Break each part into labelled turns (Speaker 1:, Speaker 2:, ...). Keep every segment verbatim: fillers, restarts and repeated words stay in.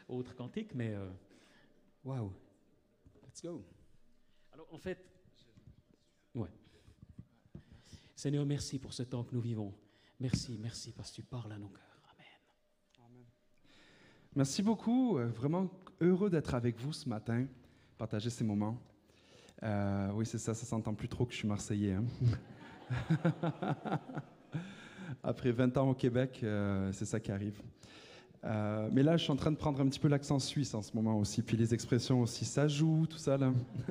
Speaker 1: autre cantique, mais euh, waouh, let's go. Alors en fait, ouais. Seigneur, merci pour ce temps que nous vivons. Merci, merci parce que tu parles à nos cœurs. Amen.
Speaker 2: Amen. Merci beaucoup. Euh, vraiment heureux d'être avec vous ce matin, partager ces moments. Euh, oui, c'est ça, ça s'entend plus trop que je suis Marseillais. Hein? Après vingt ans au Québec, euh, c'est ça qui arrive. Euh, mais là, je suis en train de prendre un petit peu l'accent suisse en ce moment aussi, puis les expressions aussi, ça joue, tout ça là.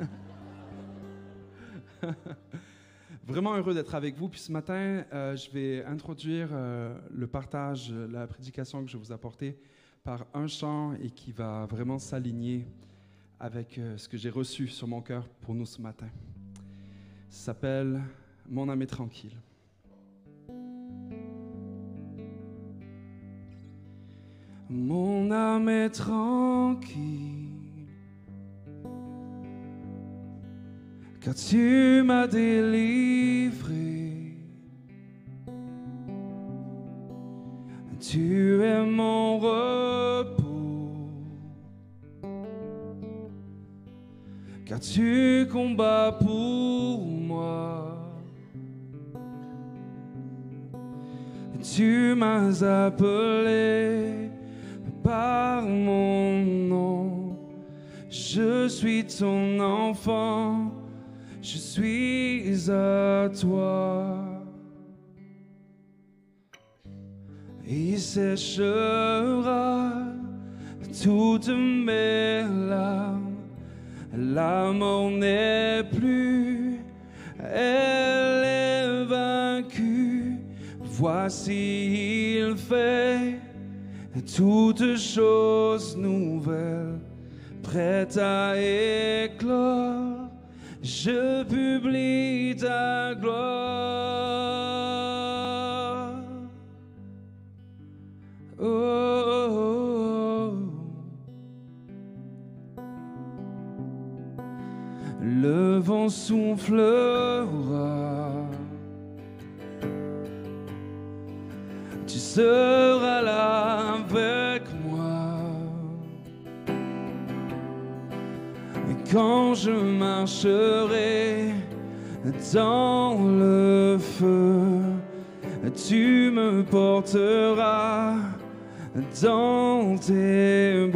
Speaker 2: Vraiment heureux d'être avec vous. Puis ce matin, euh, je vais introduire euh, le partage, la prédication que je vais vous apporter par un chant et qui va vraiment s'aligner avec euh, ce que j'ai reçu sur mon cœur pour nous ce matin. Ça s'appelle « Mon âme est tranquille ». Mon âme est tranquille, car tu m'as délivré. Tu es mon repos, car tu combats pour moi. Tu m'as appelé par mon nom, je suis ton enfant, je suis à toi. Il séchera toutes mes larmes, la mort n'est plus, elle est vaincue. Voici il fait toutes choses nouvelles, prêtes à éclore, je publie ta gloire. Oh, oh, oh. Le vent soufflera, tu seras là avec moi. Et quand je marcherai dans le feu, tu me porteras dans tes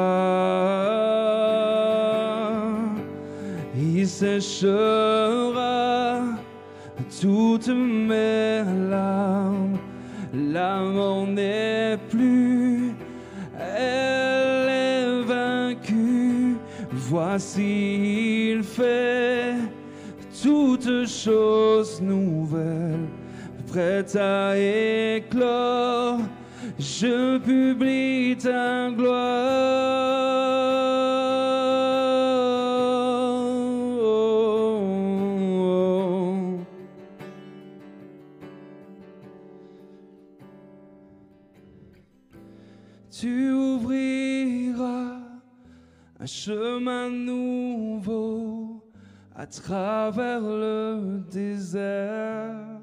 Speaker 2: bras. Il séchera toutes mes larmes, la mort n'est plus, elle est vaincue. Voici il fait toutes choses nouvelles, prêtes à éclore, je publie ta gloire. Tu ouvriras un chemin nouveau à travers le désert.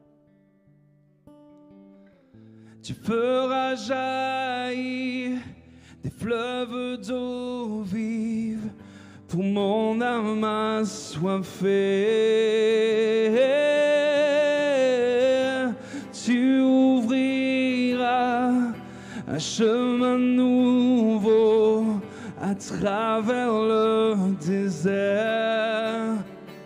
Speaker 2: Tu feras jaillir des fleuves d'eau vive pour mon âme assoiffée. Tu ouvriras un chemin nouveau à travers le désert.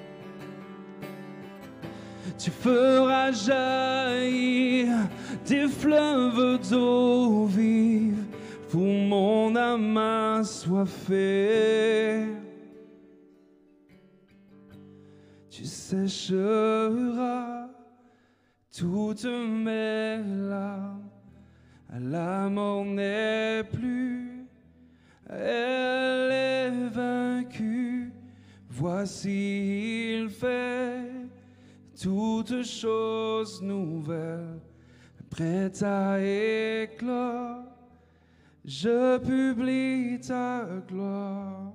Speaker 2: Tu feras jaillir des fleuves d'eau vive pour mon âme assoiffée. Tu sécheras toutes mes larmes, la mort n'est plus, elle est vaincue. Voici il fait toutes choses nouvelles, prêtes à éclore, je publie ta gloire.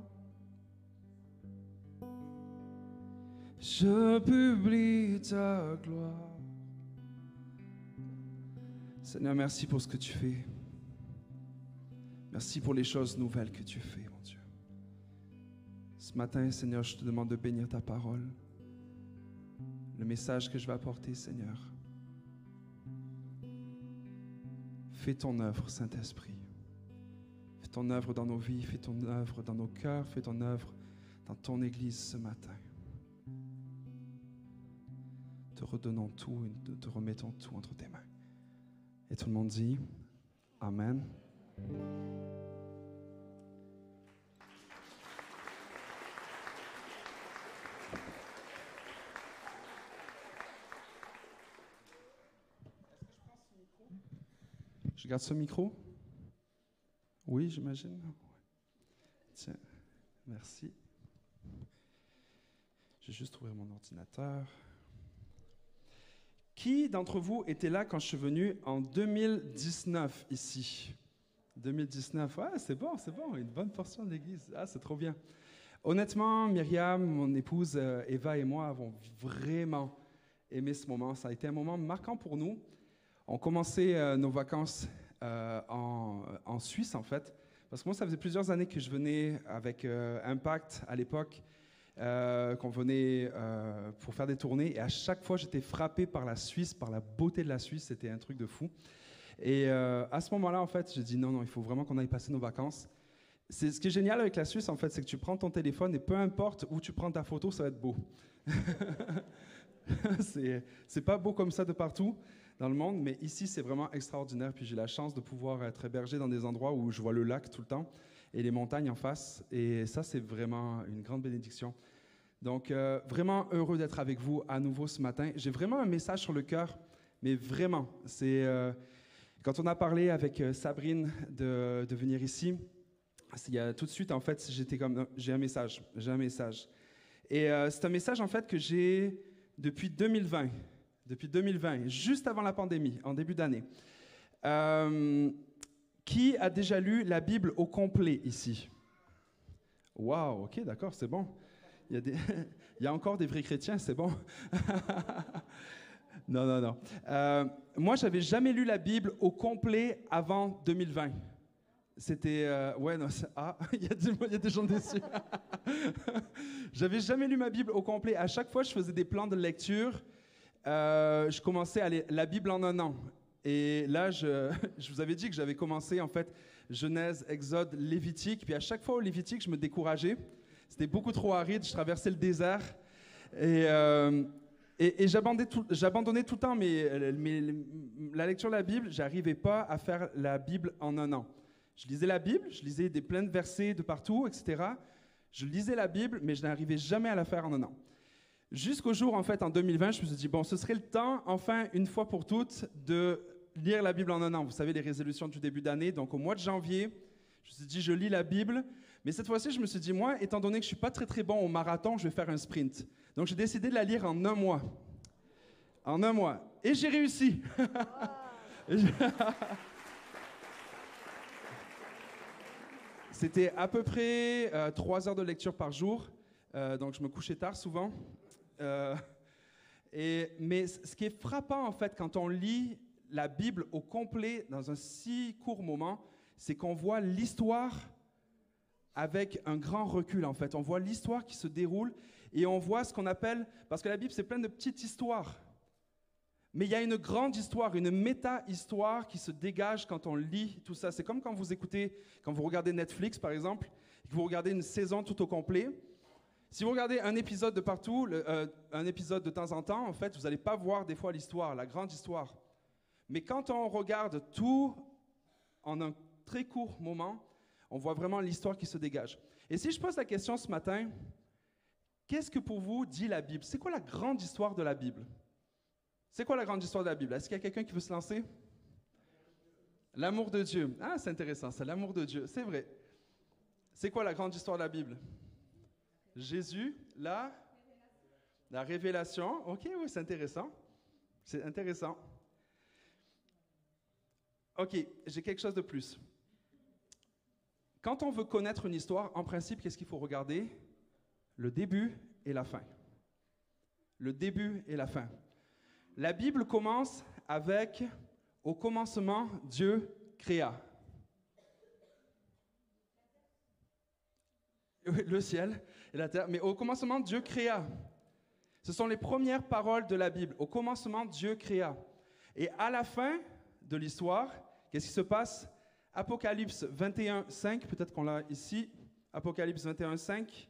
Speaker 2: Je publie ta gloire. Seigneur, merci pour ce que tu fais. Merci pour les choses nouvelles que tu fais, mon Dieu. Ce matin, Seigneur, je te demande de bénir ta parole, le message que je vais apporter, Seigneur. Fais ton œuvre, Saint-Esprit. Fais ton œuvre dans nos vies, fais ton œuvre dans nos cœurs, fais ton œuvre dans ton Église ce matin. Te redonnons tout et te remettons tout entre tes mains. Et tout le monde dit Amen. Je garde ce micro? Oui, j'imagine. Tiens, merci. Je vais juste ouvrir mon ordinateur. Qui d'entre vous était là quand je suis venu en deux mille dix-neuf ici? deux mille dix-neuf, ouais, c'est bon, c'est bon, une bonne portion de l'église. Ah, c'est trop bien. Honnêtement, Myriam, mon épouse, euh, Eva et moi avons vraiment aimé ce moment. Ça a été un moment marquant pour nous. On commençait euh, nos vacances euh, en, en Suisse, en fait, parce que moi, ça faisait plusieurs années que je venais avec euh, Impact à l'époque, euh, qu'on venait euh, pour faire des tournées, et à chaque fois, j'étais frappé par la Suisse, par la beauté de la Suisse. C'était un truc de fou. Et euh, à ce moment-là, en fait, j'ai dit non, non, il faut vraiment qu'on aille passer nos vacances. C'est, ce qui est génial avec la Suisse, en fait, c'est que tu prends ton téléphone et peu importe où tu prends ta photo, ça va être beau. c'est, c'est pas beau comme ça de partout dans le monde, mais ici, c'est vraiment extraordinaire. Puis j'ai la chance de pouvoir être hébergé dans des endroits où je vois le lac tout le temps et les montagnes en face. Et ça, c'est vraiment une grande bénédiction. Donc, euh, vraiment heureux d'être avec vous à nouveau ce matin. J'ai vraiment un message sur le cœur, mais vraiment, c'est... Euh, quand on a parlé avec euh, Sabrine de, de venir ici, il y a tout de suite, en fait, j'étais comme... J'ai un message, j'ai un message. Et euh, c'est un message, en fait, que j'ai depuis deux mille vingt. Depuis deux mille vingt, juste avant la pandémie, en début d'année. Euh, qui a déjà lu la Bible au complet ici? Waouh, ok, d'accord, c'est bon. Il y a des, il y a encore des vrais chrétiens, c'est bon. Non, non, non. Euh, moi, j'avais jamais lu la Bible au complet avant deux mille vingt. C'était... Euh, ouais, non, c'est, ah, il y, a des, il y a des gens déçus. J'avais jamais lu ma Bible au complet. À chaque fois, je faisais des plans de lecture. Euh, je commençais à aller, la Bible en un an. Et là, je, je vous avais dit que j'avais commencé, en fait, Genèse, Exode, Lévitique. Puis à chaque fois au Lévitique, je me décourageais. C'était beaucoup trop aride. Je traversais le désert. Et... Euh, Et, et j'abandonnais, tout, j'abandonnais tout le temps mais, mais, la lecture de la Bible, je n'arrivais pas à faire la Bible en un an. Je lisais la Bible, je lisais des pleins de versets de partout, et cetera. Je lisais la Bible, mais je n'arrivais jamais à la faire en un an. Jusqu'au jour, en fait, en deux mille vingt, je me suis dit, bon, ce serait le temps, enfin, une fois pour toutes, de lire la Bible en un an. Vous savez, les résolutions du début d'année. Donc, au mois de janvier, je me suis dit, je lis la Bible. Mais cette fois-ci, je me suis dit, moi, étant donné que je ne suis pas très, très bon au marathon, je vais faire un sprint. Donc, j'ai décidé de la lire en un mois. En un mois. Et j'ai réussi. C'était à peu près euh, trois heures de lecture par jour. Euh, donc, je me couchais tard souvent. Euh, et, mais ce qui est frappant, en fait, quand on lit la Bible au complet dans un si court moment, c'est qu'on voit l'histoire avec un grand recul, en fait. On voit l'histoire qui se déroule et on voit ce qu'on appelle... Parce que la Bible, c'est plein de petites histoires. Mais il y a une grande histoire, une méta-histoire qui se dégage quand on lit tout ça. C'est comme quand vous écoutez, quand vous regardez Netflix, par exemple, et que vous regardez une saison tout au complet. Si vous regardez un épisode de partout, le, euh, un épisode de temps en temps, en fait, vous n'allez pas voir des fois l'histoire, la grande histoire. Mais quand on regarde tout en un très court moment, on voit vraiment l'histoire qui se dégage. Et si je pose la question ce matin, qu'est-ce que pour vous dit la Bible? C'est quoi la grande histoire de la Bible? C'est quoi la grande histoire de la Bible? Est-ce qu'il y a quelqu'un qui veut se lancer? L'amour de Dieu. Ah, c'est intéressant, c'est l'amour de Dieu, c'est vrai. C'est quoi la grande histoire de la Bible? Jésus, la... La révélation. Ok, oui, c'est intéressant. C'est intéressant. Ok, j'ai quelque chose de plus. Quand on veut connaître une histoire, en principe, qu'est-ce qu'il faut regarder? Le début et la fin. Le début et la fin. La Bible commence avec « Au commencement, Dieu créa ». Le ciel et la terre. Mais au commencement, Dieu créa. Ce sont les premières paroles de la Bible. Au commencement, Dieu créa. Et à la fin de l'histoire, qu'est-ce qui se passe? Apocalypse vingt et un, cinq, peut-être qu'on l'a ici. Apocalypse vingt et un, cinq.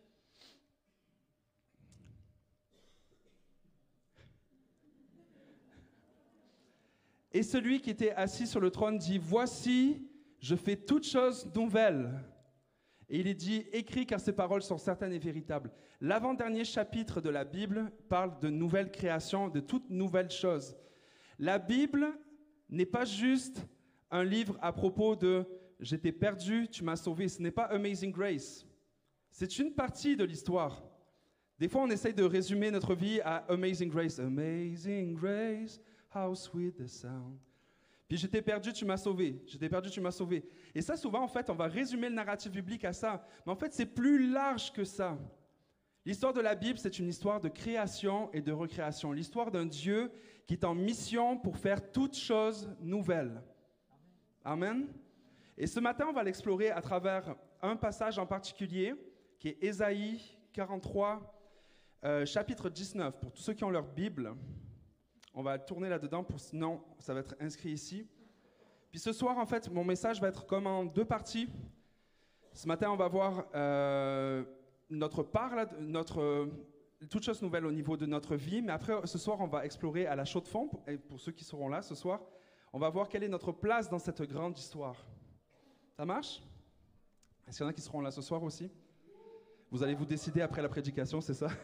Speaker 2: Et celui qui était assis sur le trône dit, « Voici, je fais toutes choses nouvelles. » Et il est dit, « Écris car ces paroles sont certaines et véritables. » L'avant-dernier chapitre de la Bible parle de nouvelles créations, de toutes nouvelles choses. La Bible n'est pas juste un livre à propos de « J'étais perdu, tu m'as sauvé ». Ce n'est pas Amazing Grace. C'est une partie de l'histoire. Des fois, on essaye de résumer notre vie à Amazing Grace. Amazing Grace, how sweet the sound. Puis j'étais perdu, tu m'as sauvé. J'étais perdu, tu m'as sauvé. Et ça, souvent, en fait, on va résumer le narratif biblique à ça. Mais en fait, c'est plus large que ça. L'histoire de la Bible, c'est une histoire de création et de recréation. L'histoire d'un Dieu qui est en mission pour faire toutes choses nouvelles. Amen. Et ce matin, on va l'explorer à travers un passage en particulier, qui est Ésaïe quarante-trois, euh, chapitre dix-neuf. Pour tous ceux qui ont leur Bible, on va tourner là-dedans, pour, sinon ça va être inscrit ici. Puis ce soir, en fait, mon message va être comme en deux parties. Ce matin, on va voir euh, notre part, là, notre, euh, toutes choses nouvelles au niveau de notre vie. Mais après, ce soir, on va explorer à la chaux de fond. Et pour ceux qui seront là ce soir, on va voir quelle est notre place dans cette grande histoire. Ça marche? Est-ce qu'il y en a qui seront là ce soir aussi? Vous allez vous décider après la prédication, c'est ça?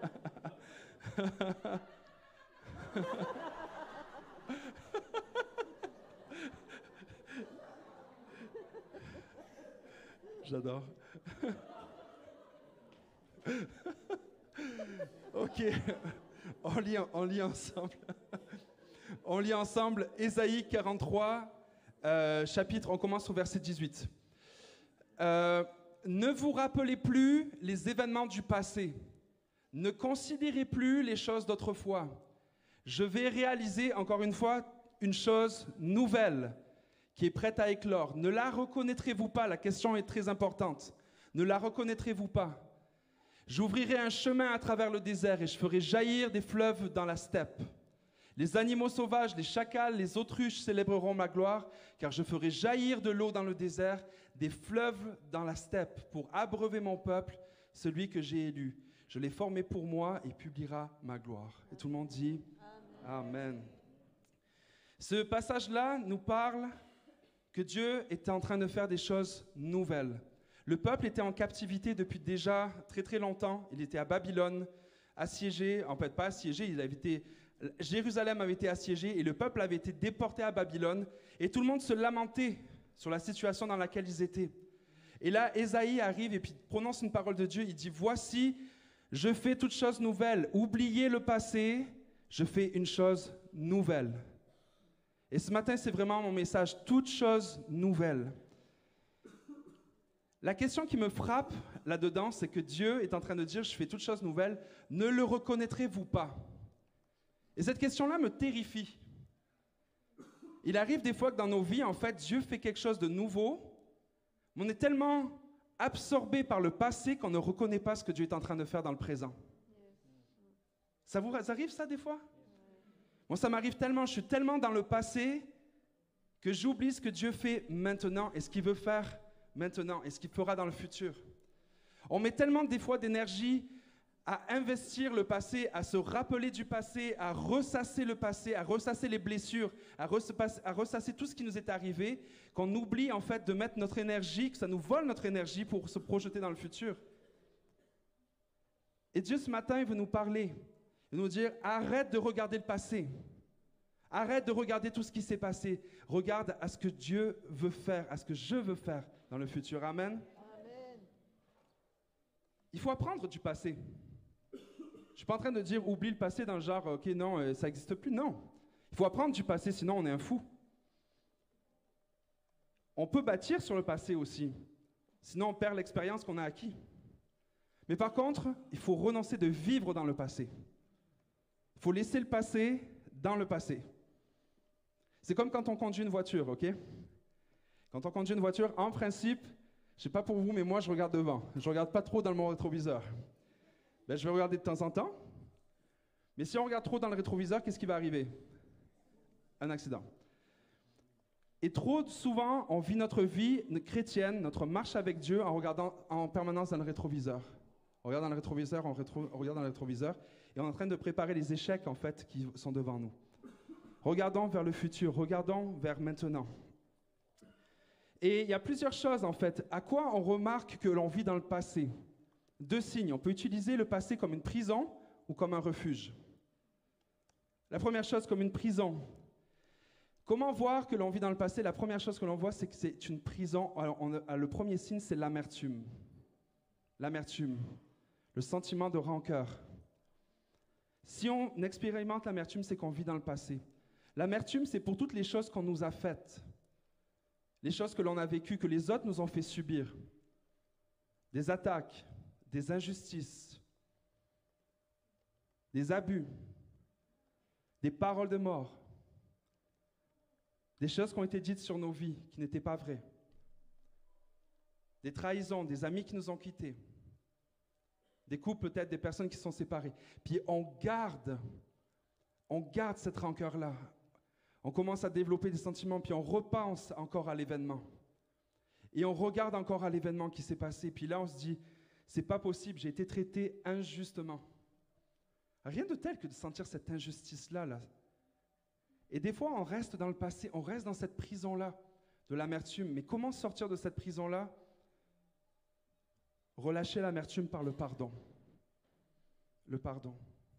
Speaker 2: J'adore. Ok, on lit, on lit ensemble. On lit ensemble Ésaïe quarante-trois, euh, chapitre, on commence au verset dix-huit. Euh, ne vous rappelez plus les événements du passé. Ne considérez plus les choses d'autrefois. Je vais réaliser, encore une fois, une chose nouvelle qui est prête à éclore. Ne la reconnaîtrez-vous pas? La question est très importante. Ne la reconnaîtrez-vous pas? J'ouvrirai un chemin à travers le désert et je ferai jaillir des fleuves dans la steppe. Les animaux sauvages, les chacals, les autruches célébreront ma gloire, car je ferai jaillir de l'eau dans le désert, des fleuves dans la steppe, pour abreuver mon peuple, celui que j'ai élu. Je l'ai formé pour moi et publiera ma gloire. Et tout le monde dit Amen. Amen. Ce passage-là nous parle que Dieu était en train de faire des choses nouvelles. Le peuple était en captivité depuis déjà très très longtemps. Il était à Babylone, assiégé, en fait pas assiégé, il avait été, Jérusalem avait été assiégée et le peuple avait été déporté à Babylone. Et tout le monde se lamentait sur la situation dans laquelle ils étaient. Et là, Ésaïe arrive et puis prononce une parole de Dieu. Il dit, voici, je fais toutes choses nouvelles. Oubliez le passé, je fais une chose nouvelle. Et ce matin, c'est vraiment mon message, toutes choses nouvelles. La question qui me frappe là-dedans, c'est que Dieu est en train de dire, je fais toutes choses nouvelles, ne le reconnaîtrez-vous pas? Et cette question-là me terrifie. Il arrive des fois que dans nos vies, en fait, Dieu fait quelque chose de nouveau, mais on est tellement absorbé par le passé qu'on ne reconnaît pas ce que Dieu est en train de faire dans le présent. Ça vous arrive ça des fois? Moi, ça m'arrive tellement, je suis tellement dans le passé que j'oublie ce que Dieu fait maintenant et ce qu'il veut faire maintenant et ce qu'il fera dans le futur. On met tellement des fois d'énergie à investir le passé, à se rappeler du passé, à ressasser le passé, à ressasser les blessures, à, ressasser, à ressasser tout ce qui nous est arrivé, qu'on oublie en fait de mettre notre énergie, que ça nous vole notre énergie pour se projeter dans le futur. Et Dieu ce matin, il veut nous parler, il veut nous dire, arrête de regarder le passé, arrête de regarder tout ce qui s'est passé, regarde à ce que Dieu veut faire, à ce que je veux faire dans le futur. Amen. Amen. Il faut apprendre du passé. Je ne suis pas en train de dire oublie le passé dans le genre ok non euh, ça n'existe plus. Non, il faut apprendre du passé, sinon on est un fou. On peut bâtir sur le passé aussi, sinon on perd l'expérience qu'on a acquis. Mais par contre, il faut renoncer de vivre dans le passé. Il faut laisser le passé dans le passé. C'est comme quand on conduit une voiture, ok? Quand on conduit une voiture, en principe, Je sais pas pour vous, mais moi, je regarde devant. Je regarde pas trop dans mon rétroviseur. Ben, je vais regarder de temps en temps. Mais si on regarde trop dans le rétroviseur, qu'est-ce qui va arriver? Un accident. Et trop souvent, on vit notre vie chrétienne, notre marche avec Dieu, en regardant en permanence dans le rétroviseur. On regarde dans le rétroviseur, on, rétro, on regarde dans le rétroviseur, et on est en train de préparer les échecs, en fait, qui sont devant nous. Regardons vers le futur, regardons vers maintenant. Et il y a plusieurs choses, en fait. À quoi on remarque que l'on vit dans le passé? Deux signes. On peut utiliser le passé comme une prison ou comme un refuge. La première chose, comme une prison. Comment voir que l'on vit dans le passé? La première chose que l'on voit, c'est que c'est une prison. Alors, on a, le premier signe, c'est l'amertume. L'amertume. Le sentiment de rancœur. Si on expérimente l'amertume, c'est qu'on vit dans le passé. L'amertume, c'est pour toutes les choses qu'on nous a faites. Les choses que l'on a vécues, que les autres nous ont fait subir. Des attaques, des injustices, des abus, des paroles de mort, des choses qui ont été dites sur nos vies qui n'étaient pas vraies, des trahisons, des amis qui nous ont quittés, des couples peut-être, des personnes qui sont séparées. Puis on garde, on garde cette rancœur-là. On commence à développer des sentiments, puis on repense encore à l'événement. Et on regarde encore à l'événement qui s'est passé. Puis là, on se dit, c'est pas possible, j'ai été traité injustement. Rien de tel que de sentir cette injustice-là. Là. Et des fois, on reste dans le passé, on reste dans cette prison-là de l'amertume. Mais comment sortir de cette prison-là? Relâcher l'amertume par le pardon. Le pardon.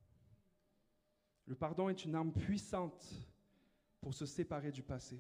Speaker 2: Le pardon est une arme puissante pour se séparer du passé.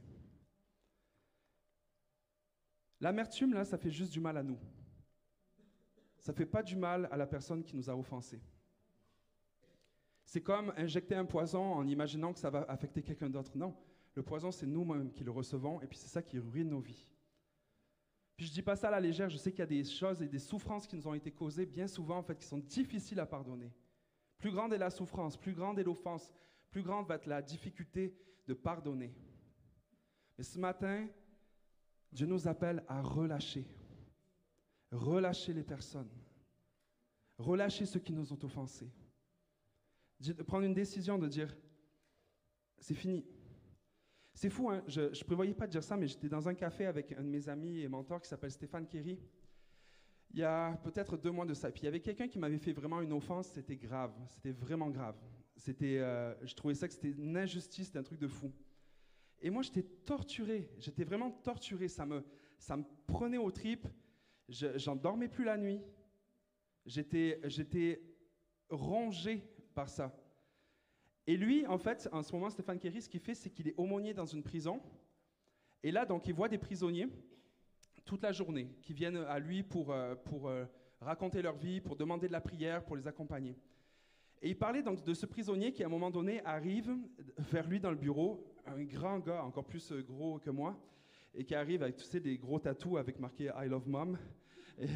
Speaker 2: L'amertume, là, ça fait juste du mal à nous. Ça ne fait pas du mal à la personne qui nous a offensés. C'est comme injecter un poison en imaginant que ça va affecter quelqu'un d'autre. Non, le poison, c'est nous-mêmes qui le recevons, et puis c'est ça qui ruine nos vies. Puis je ne dis pas ça à la légère, je sais qu'il y a des choses et des souffrances qui nous ont été causées, bien souvent, en fait, qui sont difficiles à pardonner. Plus grande est la souffrance, plus grande est l'offense, plus grande va être la difficulté de pardonner. Mais ce matin, Dieu nous appelle à relâcher. Relâcher les personnes. Relâcher ceux qui nous ont offensés. De prendre une décision de dire, c'est fini. C'est fou, hein? Je ne prévoyais pas de dire ça, mais j'étais dans un café avec un de mes amis et mentors qui s'appelle Stéphane Kerry. Il y a peut-être deux mois de ça. Puis il y avait quelqu'un qui m'avait fait vraiment une offense, c'était grave, c'était vraiment grave. C'était, euh, je trouvais ça que c'était une injustice, c'était un truc de fou. Et moi, j'étais torturé, j'étais vraiment torturé, ça me, ça me prenait aux tripes, je, j'en dormais plus la nuit, j'étais, j'étais rongé par ça. Et lui, en fait, en ce moment, Stéphane Kerry, ce qu'il fait, c'est qu'il est aumônier dans une prison. Et là, donc, il voit des prisonniers toute la journée qui viennent à lui pour, euh, pour euh, raconter leur vie, pour demander de la prière, pour les accompagner. Et il parlait donc de ce prisonnier qui, à un moment donné, arrive vers lui dans le bureau, un grand gars, encore plus gros que moi, et qui arrive avec, tu sais, des gros tatous avec marqué « I love mom ». Et,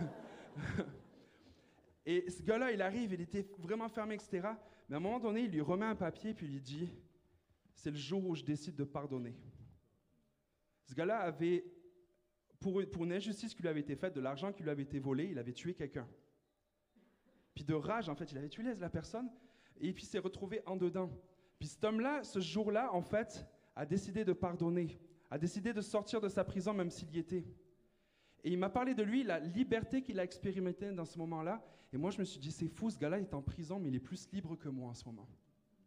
Speaker 2: et ce gars-là, il arrive, il était vraiment fermé, et cetera. Mais à un moment donné, il lui remet un papier, puis il lui dit « C'est le jour où je décide de pardonner ». Ce gars-là avait, pour, pour une injustice qui lui avait été faite, de l'argent qui lui avait été volé, il avait tué quelqu'un. Puis de rage, en fait, il avait tué la personne, et puis il s'est retrouvé en dedans. Puis cet homme-là, ce jour-là, en fait, a décidé de pardonner, a décidé de sortir de sa prison, même s'il y était. Et il m'a parlé de lui, la liberté qu'il a expérimentée dans ce moment-là. Et moi, je me suis dit, c'est fou, ce gars-là est en prison, mais il est plus libre que moi en ce moment.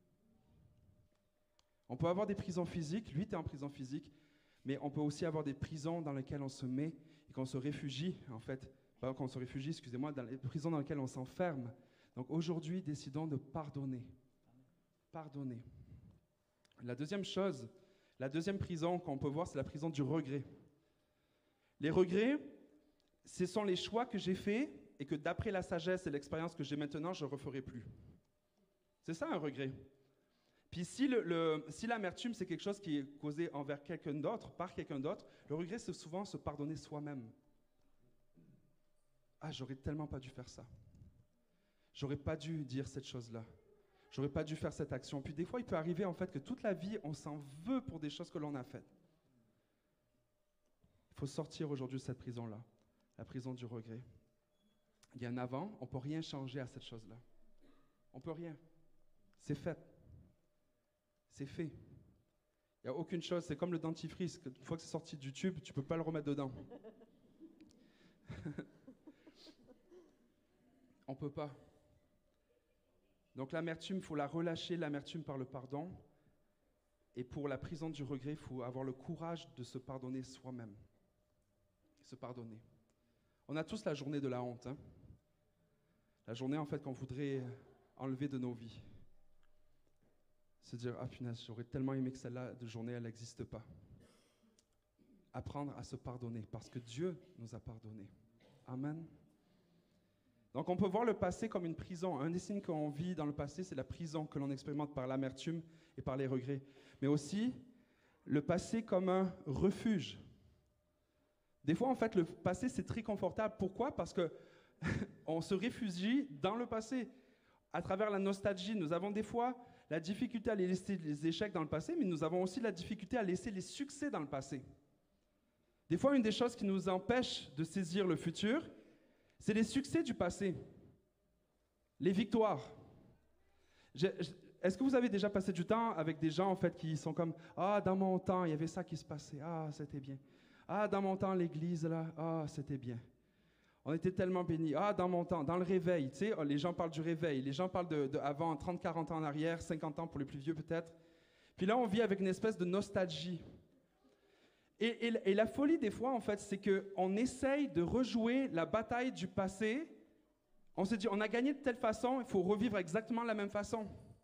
Speaker 2: On peut avoir des prisons physiques, lui, tu es en prison physique, mais on peut aussi avoir des prisons dans lesquelles on se met et qu'on se réfugie, en fait, pas qu'on se réfugie, excusez-moi, dans les prisons dans lesquelles on s'enferme. Donc aujourd'hui, décidons de pardonner. Pardonner. La deuxième chose, la deuxième prison qu'on peut voir, c'est la prison du regret. Les regrets, ce sont les choix que j'ai faits et que d'après la sagesse et l'expérience que j'ai maintenant, je ne referai plus. C'est ça un regret. Puis si, le, le, si l'amertume, c'est quelque chose qui est causé envers quelqu'un d'autre, par quelqu'un d'autre, le regret, c'est souvent se pardonner soi-même. Ah, j'aurais tellement pas dû faire ça. J'aurais pas dû dire cette chose-là. J'aurais pas dû faire cette action. Puis des fois, il peut arriver en fait que toute la vie, on s'en veut pour des choses que l'on a faites. Il faut sortir aujourd'hui de cette prison-là. la prison du regret. Il y a un avant, on ne peut rien changer à cette chose-là. On ne peut rien. C'est fait. C'est fait. Il n'y a aucune chose, c'est comme le dentifrice. Une fois que c'est sorti du tube, tu ne peux pas le remettre dedans. On ne peut pas. Donc l'amertume, il faut la relâcher, l'amertume par le pardon. Et pour la prison du regret, il faut avoir le courage de se pardonner soi-même. Se pardonner. On a tous la journée de la honte. Hein? La journée, en fait, qu'on voudrait enlever de nos vies. Se dire, ah punaise, j'aurais tellement aimé que celle-là de journée, elle n'existe pas. Apprendre à se pardonner, parce que Dieu nous a pardonnés. Amen. Donc on peut voir le passé comme une prison. Un des signes qu'on vit dans le passé, c'est la prison que l'on expérimente par l'amertume et par les regrets. Mais aussi, le passé comme un refuge. Des fois, en fait, le passé, c'est très confortable. Pourquoi? Parce qu'on se réfugie dans le passé. À travers la nostalgie, nous avons des fois la difficulté à laisser les échecs dans le passé, mais nous avons aussi la difficulté à laisser les succès dans le passé. Des fois, une des choses qui nous empêche de saisir le futur, c'est les succès du passé, les victoires. Je, je, est-ce que vous avez déjà passé du temps avec des gens en fait qui sont comme « Ah, dans mon temps, il y avait ça qui se passait. Ah, c'était bien. Ah, dans mon temps, l'église, là, ah, c'était bien. On était tellement bénis. Ah, dans mon temps, dans le réveil, tu sais, les gens parlent du réveil. Les gens parlent de, de avant, trente, quarante ans en arrière, cinquante ans pour les plus vieux peut-être. Puis là, on vit avec une espèce de nostalgie. Et, et, et la folie des fois, en fait, c'est qu'on essaye de rejouer la bataille du passé. On se dit, on a gagné de telle façon, il faut revivre exactement la même façon.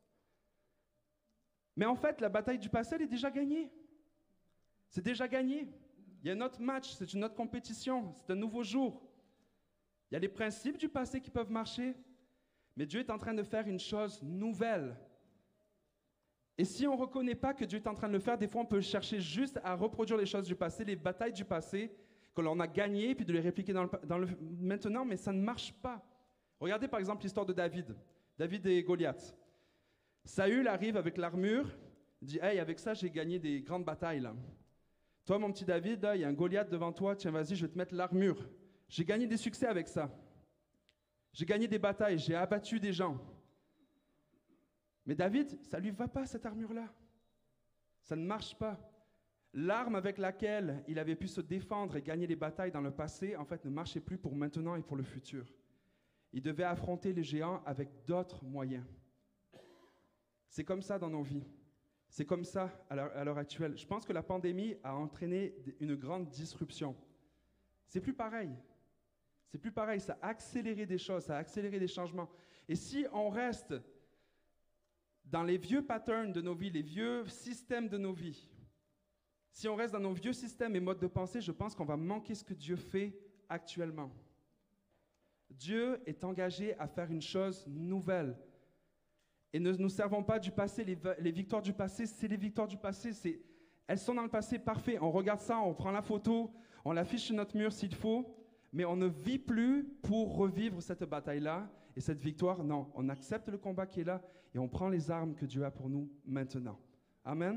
Speaker 2: Mais en fait, la bataille du passé, elle est déjà gagnée. C'est déjà gagné. Il y a un autre match, c'est une autre compétition, c'est un nouveau jour. Il y a les principes du passé qui peuvent marcher, mais Dieu est en train de faire une chose nouvelle. Et si on ne reconnaît pas que Dieu est en train de le faire, des fois on peut chercher juste à reproduire les choses du passé, les batailles du passé, que l'on a gagnées, puis de les répliquer dans le, dans le maintenant, mais ça ne marche pas. Regardez par exemple l'histoire de David, David et Goliath. Saül arrive avec l'armure, dit « Hey, avec ça, j'ai gagné des grandes batailles. Là. Toi, mon petit David, là, il y a un Goliath devant toi, tiens, vas-y, je vais te mettre l'armure. J'ai gagné des succès avec ça. J'ai gagné des batailles, j'ai abattu des gens. » Mais David, ça ne lui va pas, cette armure-là. Ça ne marche pas. L'arme avec laquelle il avait pu se défendre et gagner les batailles dans le passé, en fait, ne marchait plus pour maintenant et pour le futur. Il devait affronter les géants avec d'autres moyens. C'est comme ça dans nos vies. C'est comme ça à l'heure, à l'heure actuelle. Je pense que la pandémie a entraîné une grande disruption. C'est plus pareil. C'est plus pareil. Ça a accéléré des choses, ça a accéléré des changements. Et si on reste dans les vieux patterns de nos vies, les vieux systèmes de nos vies, si on reste dans nos vieux systèmes et modes de pensée, je pense qu'on va manquer ce que Dieu fait actuellement. Dieu est engagé à faire une chose nouvelle. Et ne nous servons pas du passé, les, les victoires du passé, c'est les victoires du passé, c'est, elles sont dans le passé, parfait. On regarde ça, on prend la photo, on l'affiche sur notre mur s'il faut, mais on ne vit plus pour revivre cette bataille-là et cette victoire. Non, on accepte le combat qui est là et on prend les armes que Dieu a pour nous maintenant. Amen.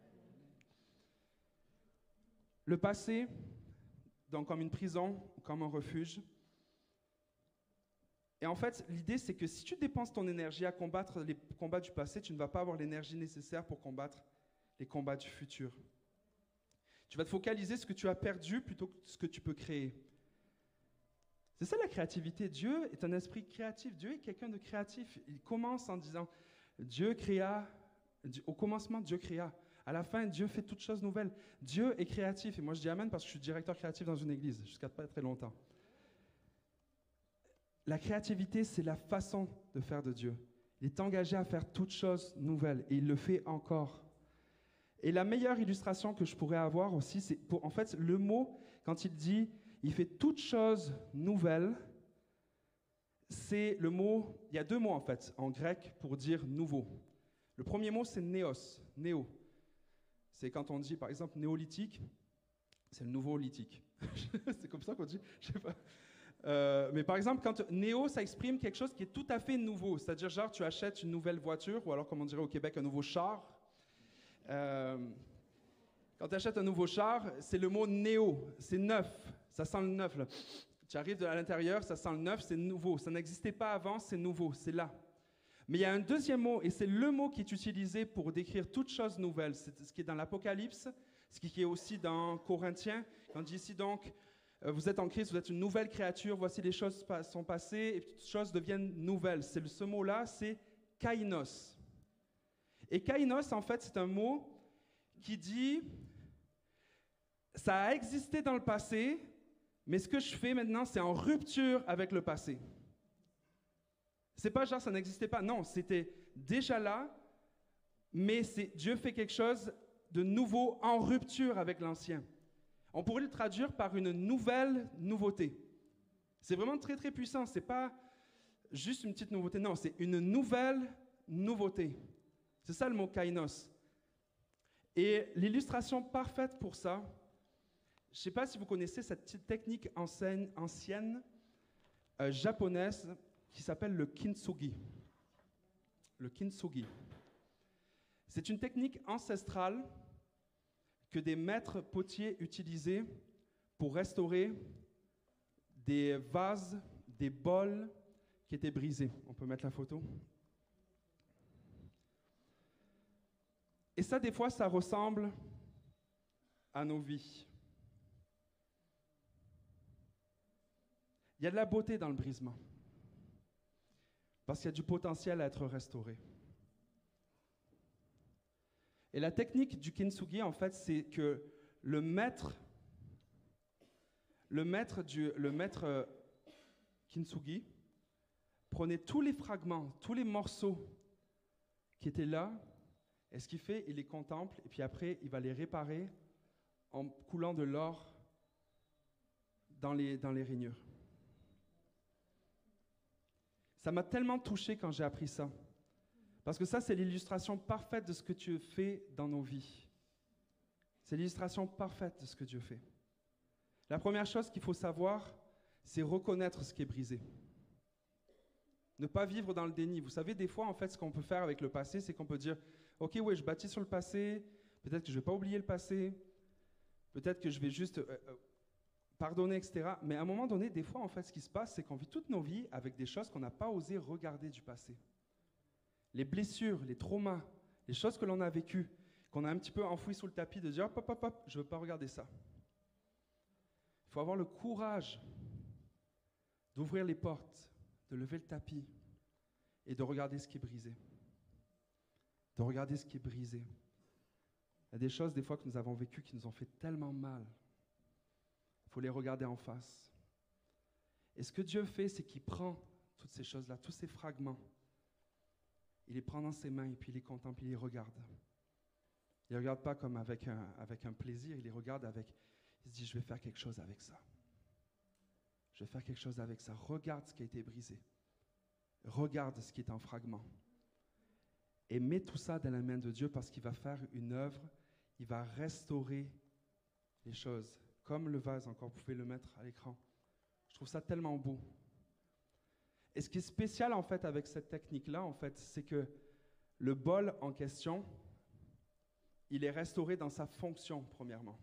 Speaker 2: Le passé, donc comme une prison, comme un refuge. Et en fait, l'idée, c'est que si tu dépenses ton énergie à combattre les combats du passé, tu ne vas pas avoir l'énergie nécessaire pour combattre les combats du futur. Tu vas te focaliser sur ce que tu as perdu plutôt que ce que tu peux créer. C'est ça la créativité. Dieu est un esprit créatif. Dieu est quelqu'un de créatif. Il commence en disant, Dieu créa, au commencement, Dieu créa. À la fin, Dieu fait toutes choses nouvelles. Dieu est créatif. Et moi, je dis amen parce que je suis directeur créatif dans une église, jusqu'à pas très longtemps. La créativité, c'est la façon de faire de Dieu. Il est engagé à faire toutes choses nouvelles et il le fait encore. Et la meilleure illustration que je pourrais avoir aussi, c'est pour, en fait, le mot, quand il dit « il fait toutes choses nouvelles », c'est le mot, il y a deux mots en fait, en grec pour dire « nouveau ». Le premier mot, c'est « néos », « néo ». C'est quand on dit, par exemple, « néolithique », c'est le nouveau lithique. C'est comme ça qu'on dit, je sais pas. Euh, mais par exemple, quand néo, ça exprime quelque chose qui est tout à fait nouveau. C'est-à-dire, genre, tu achètes une nouvelle voiture, ou alors, comme on dirait au Québec, un nouveau char. Euh, quand tu achètes un nouveau char, c'est le mot néo. C'est neuf. Ça sent le neuf, là. Tu arrives à l'intérieur, ça sent le neuf, c'est nouveau. Ça n'existait pas avant, c'est nouveau, c'est là. Mais il y a un deuxième mot, et c'est le mot qui est utilisé pour décrire toute chose nouvelle. C'est ce qui est dans l'Apocalypse, ce qui est aussi dans Corinthiens. Quand on dit ici donc, euh, vous êtes en Christ, vous êtes une nouvelle créature, voici les choses pa- sont passées, et toutes choses deviennent nouvelles. C'est, ce mot-là, c'est kainos. Et kainos, en fait, c'est un mot qui dit, ça a existé dans le passé, mais ce que je fais maintenant, c'est en rupture avec le passé. C'est pas genre ça n'existait pas. Non, c'était déjà là, mais c'est, Dieu fait quelque chose de nouveau en rupture avec l'ancien. On pourrait le traduire par une nouvelle nouveauté. C'est vraiment très, très puissant. C'est pas juste une petite nouveauté. Non, c'est une nouvelle nouveauté. C'est ça le mot kainos. Et l'illustration parfaite pour ça, je ne sais pas si vous connaissez cette petite technique ancienne, ancienne euh, japonaise qui s'appelle le kintsugi. Le kintsugi. C'est une technique ancestrale que des maîtres potiers utilisaient pour restaurer des vases, des bols qui étaient brisés. On peut mettre la photo. Et ça, des fois, ça ressemble à nos vies. Il y a de la beauté dans le brisement. Parce qu'il y a du potentiel à être restauré. Et la technique du kintsugi, en fait, c'est que le maître, le maître, du, le maître euh, kintsugi prenait tous les fragments, tous les morceaux qui étaient là, et ce qu'il fait, il les contemple, et puis après, il va les réparer en coulant de l'or dans les, dans les rainures. Ça m'a tellement touché quand j'ai appris ça. Parce que ça, c'est l'illustration parfaite de ce que Dieu fait dans nos vies. C'est l'illustration parfaite de ce que Dieu fait. La première chose qu'il faut savoir, c'est reconnaître ce qui est brisé. Ne pas vivre dans le déni. Vous savez, des fois, en fait, ce qu'on peut faire avec le passé, c'est qu'on peut dire « Ok, oui, je bâtis sur le passé, peut-être que je ne vais pas oublier le passé, peut-être que je vais juste... Euh, euh, pardonner, et cetera. » Mais à un moment donné, des fois, en fait, ce qui se passe, c'est qu'on vit toutes nos vies avec des choses qu'on n'a pas osé regarder du passé. Les blessures, les traumas, les choses que l'on a vécues, qu'on a un petit peu enfouies sous le tapis, de dire « hop, hop, hop, hop, je ne veux pas regarder ça. » Il faut avoir le courage d'ouvrir les portes, de lever le tapis et de regarder ce qui est brisé. De regarder ce qui est brisé. Il y a des choses, des fois, que nous avons vécues qui nous ont fait tellement mal. Il faut les regarder en face. Et ce que Dieu fait, c'est qu'il prend toutes ces choses-là, tous ces fragments, il les prend dans ses mains et puis il les contemple, il les regarde. Il ne les regarde pas comme avec un, avec un plaisir, il les regarde avec, il se dit, je vais faire quelque chose avec ça. Je vais faire quelque chose avec ça. Regarde ce qui a été brisé. Regarde ce qui est en fragments. Et mets tout ça dans la main de Dieu parce qu'il va faire une œuvre, il va restaurer les choses. Comme le vase, encore, vous pouvez le mettre à l'écran. Je trouve ça tellement beau. Et ce qui est spécial, en fait, avec cette technique-là, en fait, c'est que le bol en question, il est restauré dans sa fonction, premièrement.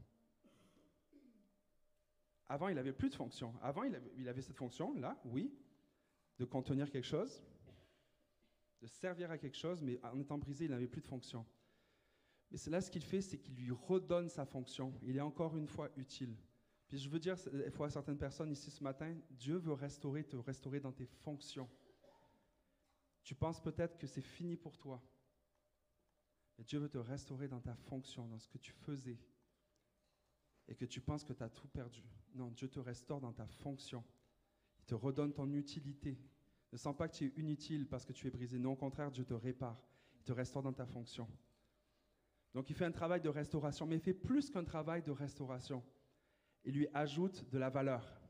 Speaker 2: Avant, il n'avait plus de fonction. Avant, il avait, il avait cette fonction, là, oui, de contenir quelque chose, de servir à quelque chose, mais en étant brisé, il n'avait plus de fonction. Mais c'est là, ce qu'il fait, c'est qu'il lui redonne sa fonction. Il est encore une fois utile. Puis je veux dire, des fois à certaines personnes ici ce matin, Dieu veut restaurer, te restaurer dans tes fonctions. Tu penses peut-être que c'est fini pour toi. Mais Dieu veut te restaurer dans ta fonction, dans ce que tu faisais. Et que tu penses que tu as tout perdu. Non, Dieu te restaure dans ta fonction. Il te redonne ton utilité. Ne sens pas que tu es inutile parce que tu es brisé. Non, au contraire, Dieu te répare. Il te restaure dans ta fonction. Donc il fait un travail de restauration, mais il fait plus qu'un travail de restauration. Il lui ajoute de la valeur.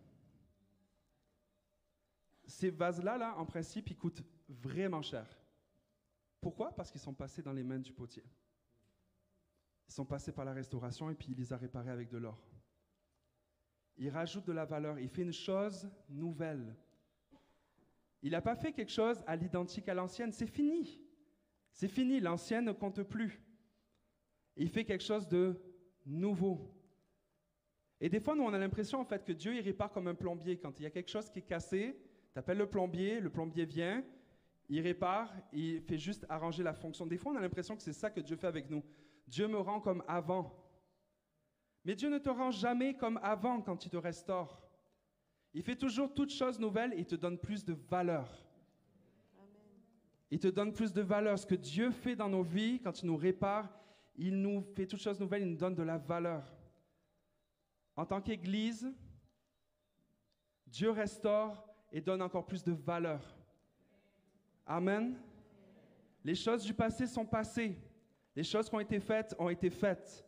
Speaker 2: Ces vases-là, là, en principe, ils coûtent vraiment cher. Pourquoi? Parce qu'ils sont passés dans les mains du potier. Ils sont passés par la restauration et puis il les a réparés avec de l'or. Il rajoute de la valeur, il fait une chose nouvelle. Il n'a pas fait quelque chose à l'identique à l'ancienne, c'est fini. C'est fini, l'ancienne ne compte plus. Il fait quelque chose de nouveau. Et des fois, nous, on a l'impression en fait que Dieu, il répare comme un plombier. Quand il y a quelque chose qui est cassé, tu appelles le plombier, le plombier vient, il répare, il fait juste arranger la fonction. Des fois, on a l'impression que c'est ça que Dieu fait avec nous. Dieu me rend comme avant. Mais Dieu ne te rend jamais comme avant quand il te restaure. Il fait toujours toutes choses nouvelles et il te donne plus de valeur. Amen. Il te donne plus de valeur. Ce que Dieu fait dans nos vies, quand il nous répare, il nous fait toutes choses nouvelles, il nous donne de la valeur. En tant qu'Église, Dieu restaure et donne encore plus de valeur. Amen. Les choses du passé sont passées. Les choses qui ont été faites ont été faites.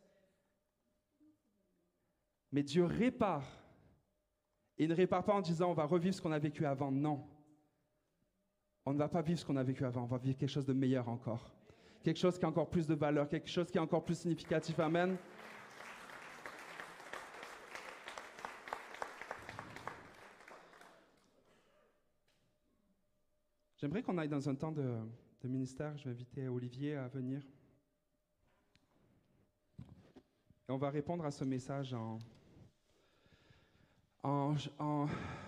Speaker 2: Mais Dieu répare. Et il ne répare pas en disant on va revivre ce qu'on a vécu avant. Non. On ne va pas vivre ce qu'on a vécu avant. On va vivre quelque chose de meilleur encore. Quelque chose qui a encore plus de valeur. Quelque chose qui est encore plus significatif. Amen. J'aimerais qu'on aille dans un temps de, de ministère. Je vais inviter Olivier à venir. Et on va répondre à ce message en, en, en,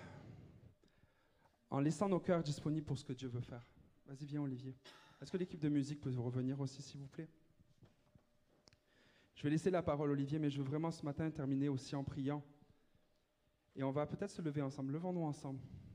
Speaker 2: en laissant nos cœurs disponibles pour ce que Dieu veut faire. Vas-y, viens Olivier. Est-ce que l'équipe de musique peut revenir aussi, s'il vous plaît? Je vais laisser la parole Olivier, mais je veux vraiment ce matin terminer aussi en priant. Et on va peut-être se lever ensemble. Levons-nous ensemble.